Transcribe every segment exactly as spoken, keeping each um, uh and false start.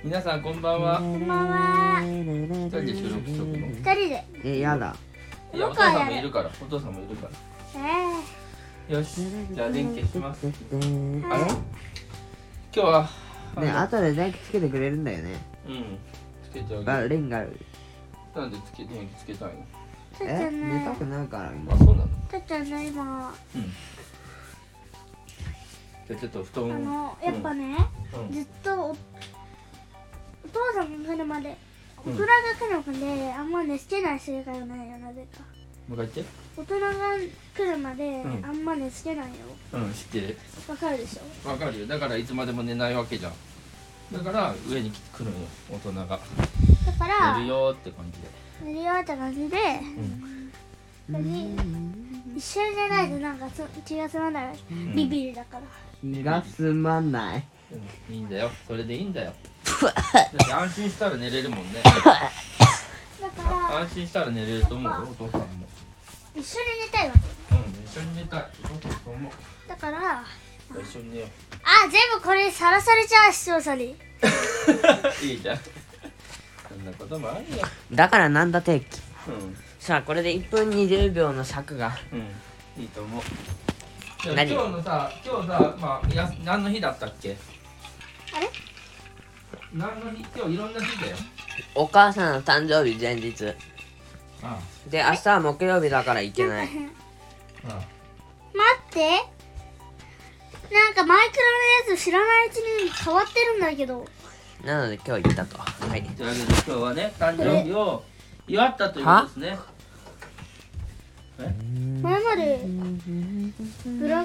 皆さんこんばんは。 こんばんは。 一人で収録しとくの？ 二人で。 え、やだ。 いや、お父さんもいるから。お父さんもいるから。 えよし、じゃあ電気します。 ー、 あれ？今日はね、後で電気つけてくれるんだよね。 うん、つけてあげガる。 レンガル。 なんでつけ電気つけたいの？ え、 たっちゃん寝たね。 くないから今あ、。そうなの？ たっちゃんね、今、 うん。じゃあちょっと布団を。 あの、やっぱね、 うん。 ずっとお、お父さんが来るまで、大うん人が来るまで、あんま寝つけない生活がないよ、なぜか。 もう一回言って。 大人が来るまで、 うんあんま寝つけないよ。 うん、知ってる。 わかるでしょ？ わかるよ。だからいつまでも寝ないわけじゃん。だから上に来るのよ、大人が。 だから、 寝るよーって感じで。 寝るよって感じで、それに一緒に寝ないとなんかそ気が済まない。ビビりだから。 気が済まない。 うん、いいんだよ。それでいいんだよ。だって安心したら寝れるもんね。 だから安心したら寝れると思うよ、お父さんも。 一緒に寝たいわけ。 うん、一緒に寝たい。お父さんと思う。 だから一緒に寝よあ、全部これさらされちゃう視聴者に。 う。いいじゃん。そんなこともあるよ。 だからなんだ定期。 うん。 さあ、これでいっぷんにじゅうびょうの尺が。 うん。いいと思う。じゃあ何今日のさ、今日さ、まあ、や何の日だったっけ？ あれ？ 何の日？今日いろんな日だよ。 お母さんの誕生日前日。 あで、明日は木曜日だから行けない。 あ。あ待ってなんかマイクラのやつ知らないうちに変わってるんだけど。 なので今日行ったと。はい。 というわけで今日はね、誕生日を祝ったということですね。え？ 前までブラ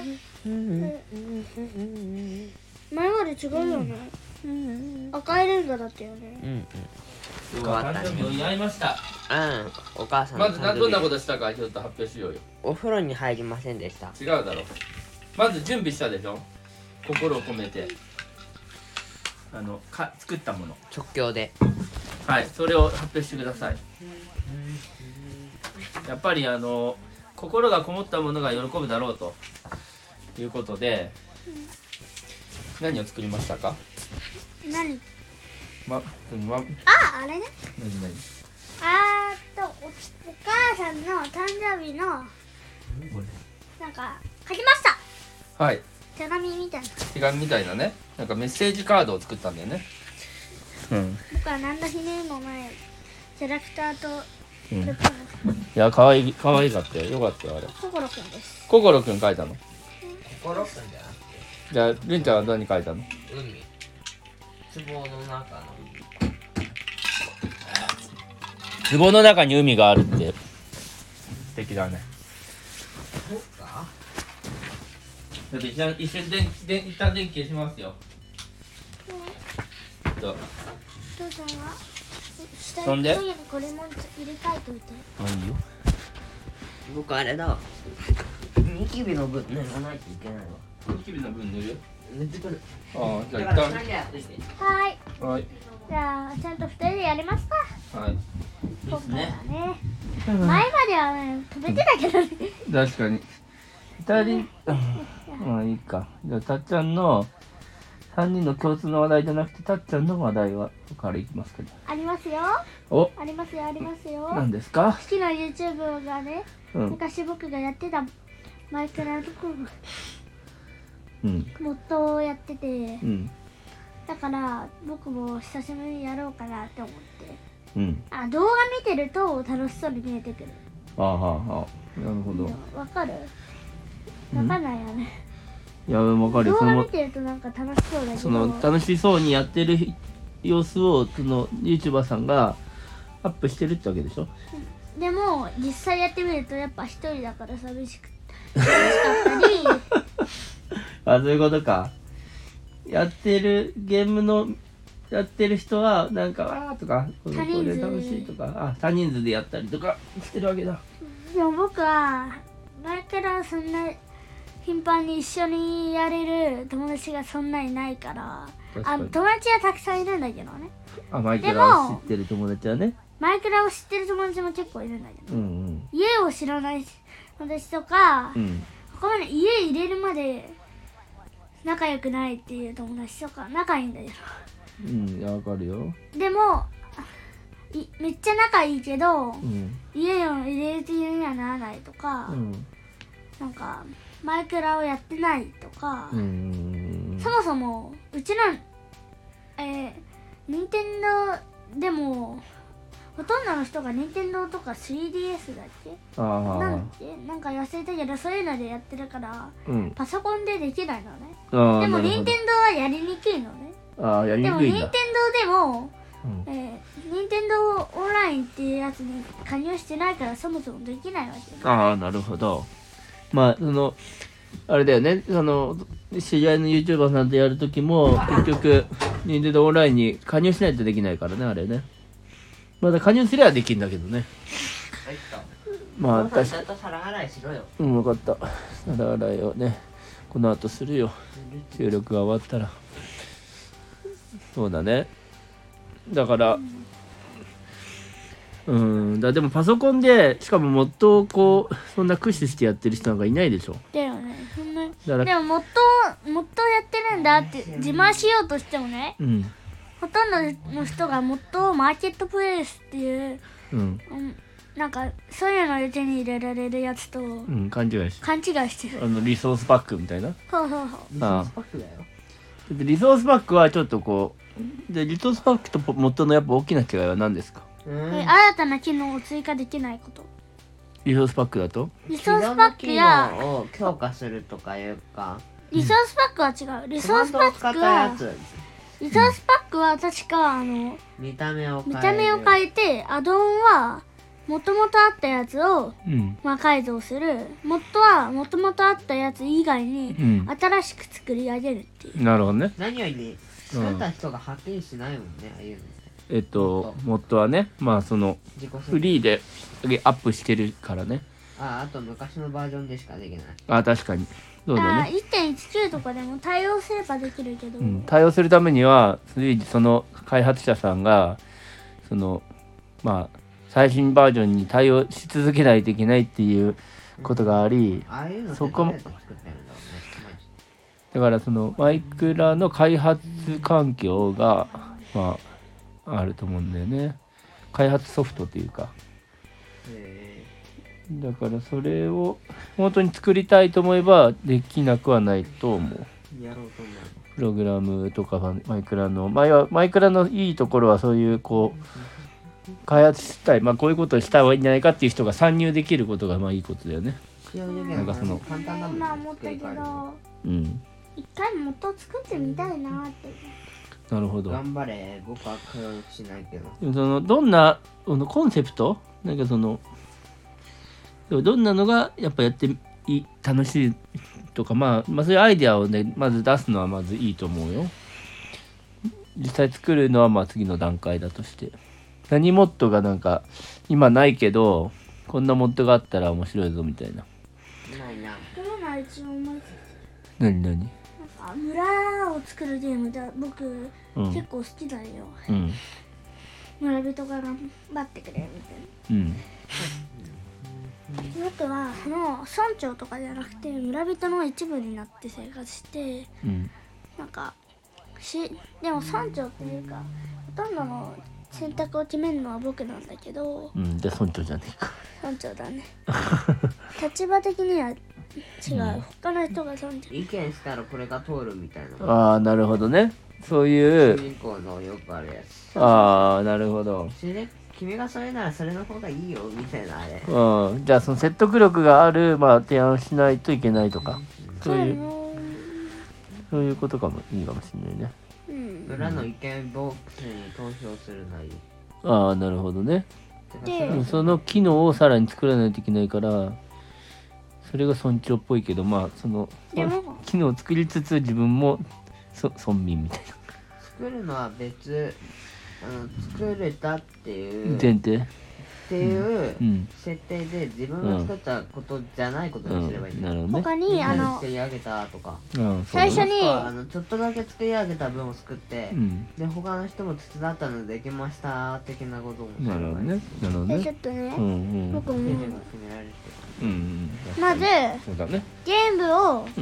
前まで違うよね。赤いレンガだったよね。 うんうん。 今日は誕生日を祝いました。 うん。お母さんのまずな誕どんな生日。 ことしたかちょっと発表しようよ。 お風呂に入りませんでした。 違うだろう。まず準備したでしょ。心を込めてあのか作ったもの。 直径で。 はい、それを発表してください。やっぱりあの心がこもったものが喜ぶだろうということで、何を作りましたか？ 何？ ま、うんま、 あ、あれね。 何何？ あーっとお、お母さんの誕生日のなんか書きました。 はい、 手紙みたいな。 手紙みたいなね、なんかメッセージカードを作ったんだよね。うん。 僕はなんだひねの前キャラクターとうん、いこれかなや、可愛い可愛かったよ。よかったよあれ。 心くんです。 心くん書いたの。 心くんじゃなくてじゃあ、りんちゃんは何書いたの？ 海。壺の中の壺の中に海があるって素敵だね。 そうか。 だって一旦一瞬電気電一旦電気消しますよ。とお父さんは下そんでにトイレにこれも入れ替えといて。 あ、いいよ。 僕あれだわ。ニキビの分塗らないといけないわ。 ニキビの分塗る？ 塗ってくる。 ああ、じゃあだから一二人でやってきて。 はーい。 旦はいじゃあちゃんと二人でやりますか。 はい。 今回はね。前まではね飛べてたけどね。 確かに。二人、まあいいか。じゃあたっちゃんの三人の共通の話題じゃなくてたっちゃんの話題はからいきますけど。 ありますよ。 お、 ありますよありますよ。 何ですか？ 好きな YouTube がね、 うん昔僕がやってたマイクラのとこうんモッドをやってて、 うんだから僕も久しぶりにやろうかなって思って。 うん。 あ、動画見てると楽しそうに見えてくる。 ああはあはあ。なるほど。 わかる？わかんないよね。 いやわかるよ。 動その画見てるとなんか楽しそうだけど。 その楽しそうにやってる様子をその YouTuber さんがアップしてるってわけでしょ？ でも実際やってみるとやっぱ一人だから寂しく寂しかったり。 あ、そういうことか。やってるゲームのやってる人はなんかわーとかこれこ多人数れ楽しいとかあ多人数でやったりとかしてるわけだ。 でも僕は前からそんな頻繁に一緒にやれる友達がそんなにないからあ確かに友達はたくさんいるんだけどね。 あ、マイクラを知ってる友達はね。 マイクラを知ってる友達も結構いるんだけど、 うん家を知らない友達とか、 うんうんここまで家入れるまで仲良くないっていう友達とか仲いいんだけどうんいやわかるよ。 でもいめっちゃ仲いいけど、 うん家を入れる気にはならないとか、 うんなんかマイクラをやってないとか、 うんうんそもそもうちのえー、任天堂でもほとんどの人が任天堂とか スリーディーエス だっけああなんてなんか忘れたけど、そういうのでやってるからうんパソコンでできないのね。 ああでもなるほど。 任天堂はやりにくいのね。 ああやりでも任天にくいんだ。 堂でも、 うんえー、任天堂オンラインっていうやつに加入してないからそもそもできないわけよ。 ああなるほど。まあそのあれだよね、その知り合いの YouTuber さんとやるときも結局任天堂オンラインに加入しないとできないからね、あれね。まだ加入すればできるんだけどね。まあ確かちゃんと皿洗いしろよ。 うん分かった。皿洗いをねこの後するよ、収録が終わったら。そうだね。だからうんだでもパソコンでしかもモッドをこうそんな駆使してやってる人なんかいないでしょ。 だよね。そんなだからでももっともっとやってるんだって自慢しようとしてもね、 うんほとんどの人がもっとマーケットプレイスっていう、 うんうん、なんかそういうので手に入れられるやつとうん勘違いして勘違いしてる。 あのリソースパックみたいな。 ほうほうほう。 ああスパックだよ。 でリソースパックはちょっとこうでリソースパックとモッドのやっぱ大きな違いは何ですか？ うんえ新たな機能を追加できないこと。 リソースパックだとリソースパックや既存の機能を強化するとかいうか、 リソースパックは違う。リソースパックコマンドを使ったやはつ、 リソースパックは確かあの見た目を変え見るた目を変えて、アドオンはもともとあったやつをうん魔改造する。モッドはもともとあったやつ以外にうん新しく作り上げるっていう。 なるほどね。 何よりね、作った人がはっきりしないもんね、ああいうのって。 えっとモッドはねまあその自己フリーでアップしてるからね。 あ、あと昔のバージョンでしかできない。 あ確かにそうだあね。 いってんいちきゅうとかでも対応すればできるけど、 うん、対応するためには随時その開発者さんがそのまあ最新バージョンに対応し続けないといけないっていうことがあり、 ああいうのってそこもどうやって作ってるんだろうね。マジだからそのマイクラの開発環境がまああると思うんだよね。開発ソフトというか。 へだからそれを本当に作りたいと思えばできなくはないと思う。 ーやろうと思う。 プログラムとかマイクラの前はマイクラのいいところはそういうこう開発したい、まあこういうことをした方がいいんじゃないかっていう人が参入できることがまあいいことだよね。 使用条件なんかその簡単なもん今思ったけどうん。 一回モッド作ってみたいなって。 なるほど。 頑張れ、僕は協力しないけど。 でもそのどんなこのコンセプトなんかそのでもどんなのがやっぱやっていい楽しいとか、まあ、まあそういうアイデアをねまず出すのはまずいいと思うよ。実際作るのはまあ次の段階だとして、何モッドがなんか今ないけどこんなモッドがあったら面白いぞみたいな。 ないな。 どうな一応思いつつ何何なんか村を作るゲームで僕、 うん結構好きだよ。 うん村人が頑張ってくれるみたいうんな。僕はその村長とかじゃなくて村人の一部になって生活してうんなんかしでも村長っていうかほとんどの選択を決めるのは僕なんだけどうんじゃあ村長じゃねえか。 村長だね立場的には違う、 うん他の人が村長。 意見したらこれが通るみたいな。 ああなるほどね。そうい主う人公のよくあるやつ。 ああなるほど。 主人君がそれならそれの方がいいよみたいなあれ。 うん、じゃあその説得力がある、まあ、提案をしないといけないとかそういうのそういうことかもいいかもしれないね。 うん村の意見ボックスに投票するなり。 ああなるほどね。 でてかそれその機能をさらに作らないといけないからそれが村長っぽいけどまあそのでも機能を作りつつ自分もそ村民みたい作るのは別、あの作れたっていうな前提。 っていううん設定で自分が作ったことじゃないことうにすればいいんだよ。 んなるほどね。 他みんなでにあの作り上げたとか。 うんそうだね最初にあのちょっとだけ作り上げた分を作って、 うんで他の人も手伝ったのできました的なこともすればい。 ないるほどね。なるほどね。 でちょっとね、 うんうん僕も手順が決められてる。 うんうんまずそうだね。 ゲームをうん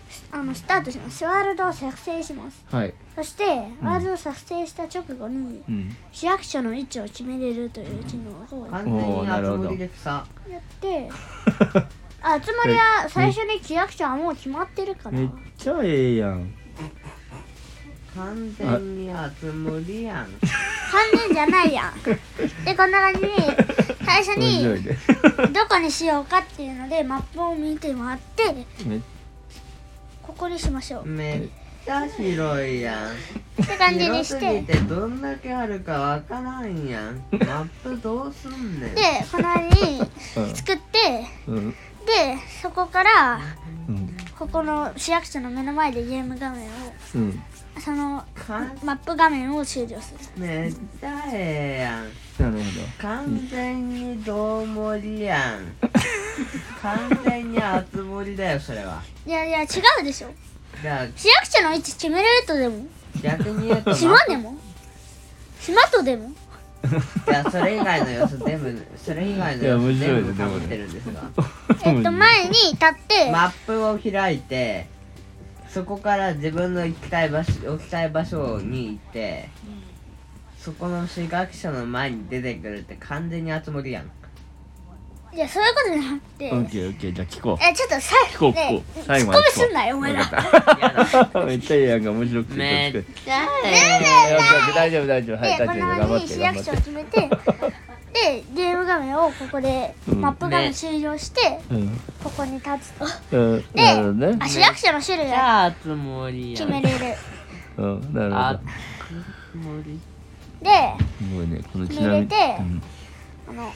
あのスタートします。ワールドを作成します。 はい。 そしてワールドを作成した直後にうん。 市役所の位置を決めれるという機能を完全にあつ森で草。 やってあつ森は最初に市役所はもう決まってるからめっちゃええやん。 完全にあつ森やん。 完全じゃないやん。でこんな感じに最初面白いにね。 どこにしようかっていうのでマップを見てもらってめここにしましょうめっちゃ広いやん。 って感じに広すぎしててどんだけあるかわからんやん。マップどうすんねん。 でこの間に作ってうん。 でそこからうん。 ここの市役所の目の前でゲーム画面をうん。 そのかマップ画面を終了する。 めっちゃええやん。 なるほ完全にどう盛りやん。完全にあつ森だよそれは。 いやいや違うでしょ。 じゃあ市役所の位置決めれるとでも逆に言うと島でも島とでもいやそれ以外の要素全部それ以外のいや要素面白いね全部かぶってるんですが、 ど。 えっと前に立ってマップを開いてそこから自分の行きたい場所置きたい場所に行ってそこの市役所の前に出てくるって完全にあつ森やん。 いやそういうことじゃなくてオッケーオッケー、じゃあ聞こう。 えちょっとさ聞こうね聞こう。最後ツッコミすんなよお前ら。 わかやだった。めっちゃいいやんか、面白くて。 めっ作ってちゃえいやオッケーオッケー大丈夫大丈夫。はい、 でこ大丈夫。頑張ってのように市頑張って。 役所を決めてでゲーム画面をここでうんマップ画面終了してうん。 ここに立つとうん。 でなるほどねあ。市役所の種類じがゃああつ森やん。 決めれるうん。なるあほつ森でど。すごいね。このちなみに。 決めれてうん。 あの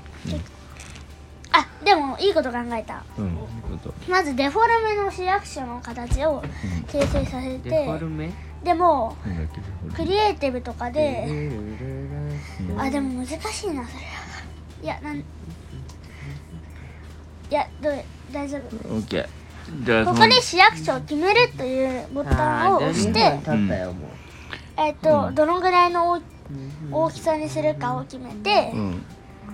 あでもいいこと考えた。 うん。なるほど。 まずデフォルメの市役所の形を形成させデフてォルメでもなんだっけこクリエイティブとかでうんあでも難しいなそれはいやなんいやどう大丈夫れオッケー。じゃあここに市役所を決めるというボタンを押しあーてじゅうにふん経ったよもう。 えっとうんどのぐらいの大大きさにするかを決めてうん。 あの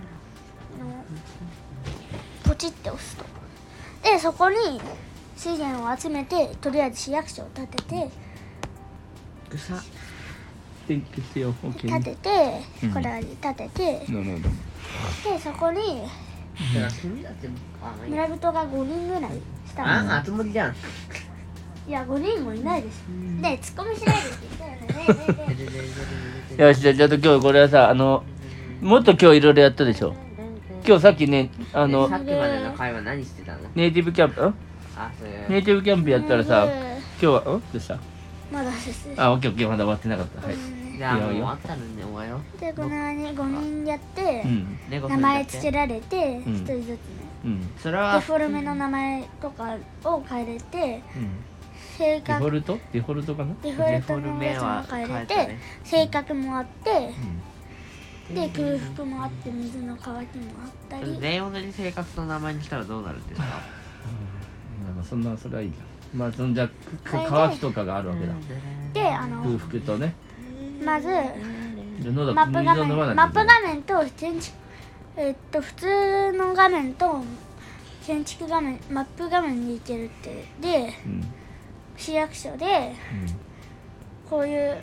ポチって押すとでそこに資源を集めてとりあえず市役所を建てて草。 テンキューよ。オッケー。 建ててうんこれに建ててなるほど。 でそこにだから君たちあいい村人がごにんぐらいしたあのあつ森じゃん。 いやごにんもいないですでツッコミしないでって言ったよねねえねえねえよし、じゃあちょっと今日これはさ、あの、もっと今日いろいろやったでしょ。今日さっきね、あのさ、っきまでの会話何してたの？ ネイティブキャンプ、んあそういう。 ネイティブキャンプやったらさ、 うん今日は、んどうしたまだですあ、オッケーオッケー、まだ終わってなかった。はい。 じゃあもういいよ終わったらね終わよ。 でこの間にごにんやってうん。 ネゴ名前つけられてん一人ずつねうん。 デそれはフォルメの名前とかを変えれてうん。 性デフォ格ルトデフォルトかなデフォルトのやつも変えれて変えたね性格もあってうん。 で空腹もあって水の乾きもあったり全員同じ性格と名前にしたらどうなるんですか？ まあそんな、それはいいか。まあ、そんじゃ、く変えて乾きとかがあるわけだ。 であの空腹とね。 まずじゃあ喉マップ画水を飲ま面マップなきゃいけない画面と建築えっと普通の画面と建築画面マップ画面に行けるってでうん。 市役所でこういう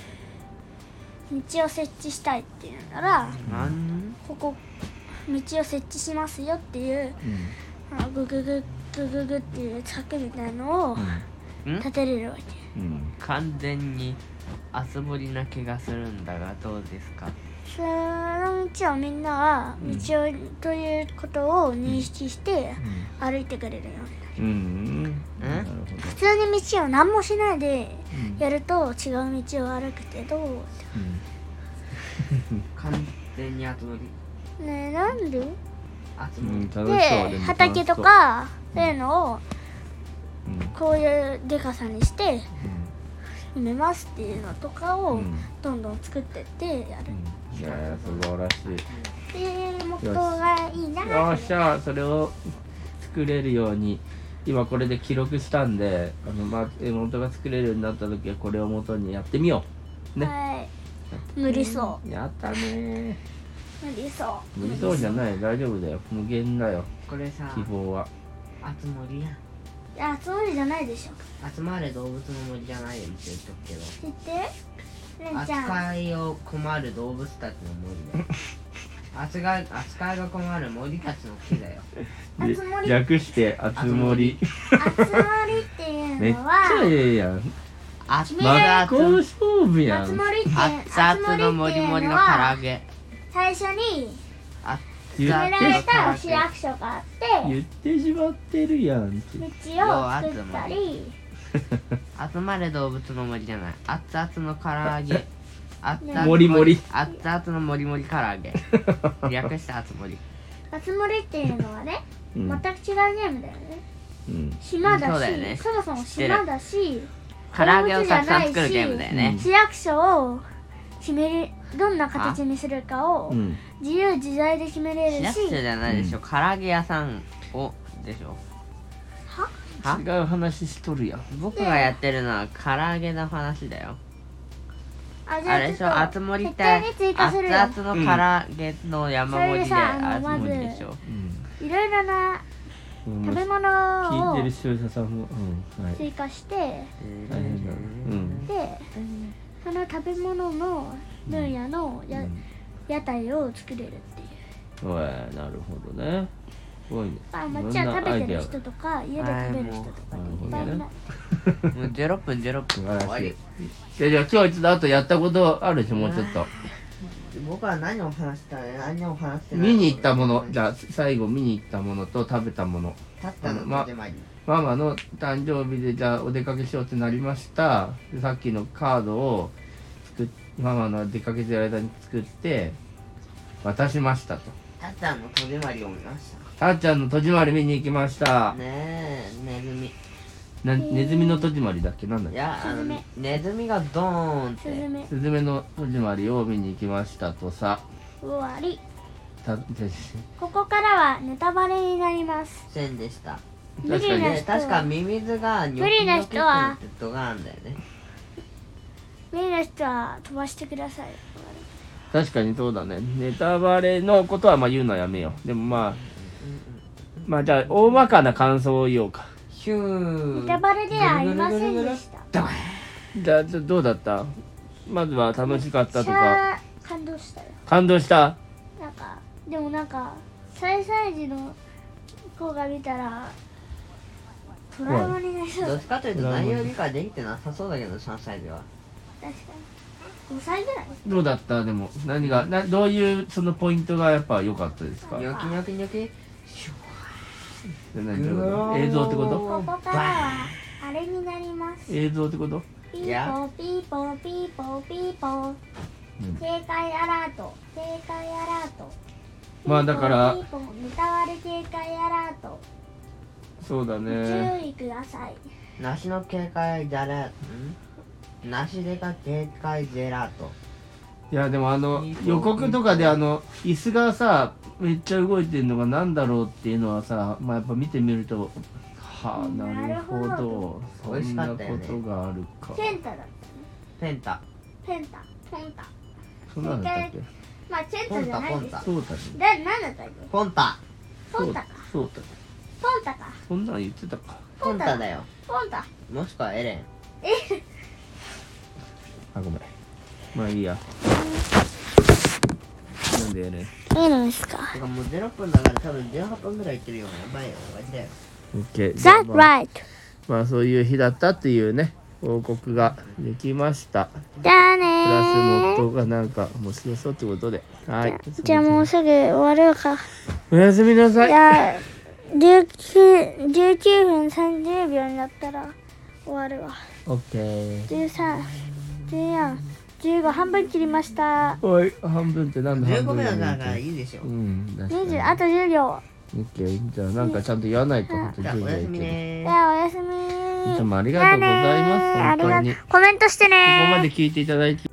道を設置したいっていうならなんここ道を設置しますよっていううん。 あのググググググっていう柵みたいのをうん。 ん立てれるわけうん。 完全に遊ぼりな気がするんだがどうですか？ その道をみんなはうん道をということを認識して歩いてくれるようになるうん。うん。なるほど。 普通に道を何もしないでうんやると違う道を歩くけど完全に遊ぼりねえなんで遊うん、 ぼ楽しそう。 でも畑と、 楽しかそういうのをそううんこういうでかさにして埋めますっていうのとかをうんうんどんどん作ってってやるうんいやー素晴らしい。 っていうモットーがいいなよっしゃ、それを作れるように今これで記録したんで、あのまあ絵元が作れるようになった時はこれを元にやってみよねはい無理そうやったね無理そう無理そうじゃない、大丈夫だよ、無限だよこれさ希望は。 あつ森やんやつ森じゃないでしょ。 集まれ動物の森じゃないよって言っとくけど、 知ってる？レンちゃん。 扱いを困る動物たちの森だよ。扱い扱いが困る森たちの木だよ。 であつ森略してあつ森。 あつ森っていうめっちゃのはええやん。 あ決め真っ熱々 向勝負やあつん。 森って熱々のもりもりの唐揚げ。 最初に言決められってた市役所があって言ってしまってるやんって。 道を作ったり集まれ動物の森じゃない。熱々の唐揚げ。熱々のもりもり熱々のもりもり唐揚げ。略してあつ森。 あつ森っていうのはねうん全く違うゲームだよね。 うん島だしそうだよねそもそも島だし唐揚げをたくさん作るゲームだよね。 市役所を決めるどんな形にするかをうん自由自在で決めれるし市役所じゃないでしょ。唐揚げ屋さんをでしょ。は違う話しとるやん。 僕がやってるのは唐揚げの話だよ。 あじゃあれでしょ、ああちょっとつ森って絶対に追加するよ。 熱々の唐揚げの山盛りでそれでさああつの森でしょ。 うんいろいろなうん食べ物を聞いてる視聴者さんも、うん、はい。 追加して大変だ。うん。 でその食べ物の分野のや屋台を作れるっていう。 おい、なるほどね。すごいね。 あ、 いろん街はなアイデア食べてる人とか家で食べる人とかにいっぱいいるな。 もうじゅうろっぷんじゅうろっぷん素晴らしい終わり。。 じゃあじゃあ今日ちょっとあとやったことあるでしょ、もうちょっと。 僕は何を話したの何を話してない見に行ったもの、じゃあ最後見に行ったものと食べたもの。 たったのま始まり。 ママの誕生日でじゃあお出かけしようってなりましたでさっきのカードを作っママの出かけてる間に作って渡しましたと。 たったの戸締まりを見ましたっちゃんの戸締まり見に行きましたた。ねえ、ネズミ。 なネズミの戸締まりだっけなんだっけいや、あのスズメネズミがドーンって。 スズメスズメの戸締まりを見に行きましたとさ終わり。 たでここからはネタバレになります。 せんでした。 無理なで、 人は確かミミズがニョ無理なキニョキって人はなってドガーンだよね。 見る人は飛ばしてください。 確かにそうだね。ネタバレのことはまあ言うのはやめよう。でもまあまあじゃあ大まかな感想を言おうか。 ヒュー。 ネタバレではありませんでした。 ドーン。 じゃあどうだった？まずは楽しかったとかめっちゃ感動したよ。 感動した？ なんかでもなんかさんさい児の子が見たらトラウマになりそうだ。 どっちかというと内容理解できてなさそうだけど、さんさいでは。 確かにごさいぐらい。 どうだったでも何がなどういうそのポイントがやっぱ良かったですか？ ニョキニョキニョキ。シュ何どういうこと映像ってこと？ ここからはあれになります。 映像ってこと？ ピーポーピーポーピーポーピーポー。 うん警戒アラート警戒アラート。 まあだからピーポーピーポーネタ割れ警戒アラート。 そうだごね。 注意ください。 梨の警戒じゃれん梨でか警戒ジェラート。 いやでもあの予告とかであの椅子がさめっちゃ動いてるのがなんだろうっていうのはさまあやっぱ見てみるとはあなるほなるどそ美味しんなこかったよねとがあるか。 ペンタだ。 ペンタ。 ペンタポンタ。 そんなんだったっけ？ まあペンタじゃないです。 ポンそうだね。 だなんだったっけ？ ポンタ。 そうポンタか。 そうだね。 ポンタか。 そんなん言ってたか。 ポンタだよ。 ポンタ。 もしくはエレン。 あごめん。まあいいや。なんでやね。 いいのですか？ てかもうゼロふんだから多分じゅうはっぷんぐらいいってるよ。やばいよ。マジだよ。 オッケー。 That まあ right? まあそういう日だったっていうね報告ができました。 じゃあねプラスモッー。 トーがなんか面白そうってことで。はい。 じゃあもうすぐ終わるか。 おやすみなさい。 じゃあじゅうきゅう、じゅうきゅうふんさんじゅうびょうになったら終わるわ。 オッケー。 じゅうさん、じゅうよん、じゅうご半分切りました。 おい半分ってなんだじゅうご半分びょうだからやねんていいでしょう。ん。確かににじゅうあとじゅうびょオッケー。じゃあなんかちゃんと言わないと本当じゃあにおやすみこう。 ねじゃあおやすみ。 いつもありがとうございますじゃあねーありが本当にコメントしてねー。 こまで聞いていただいて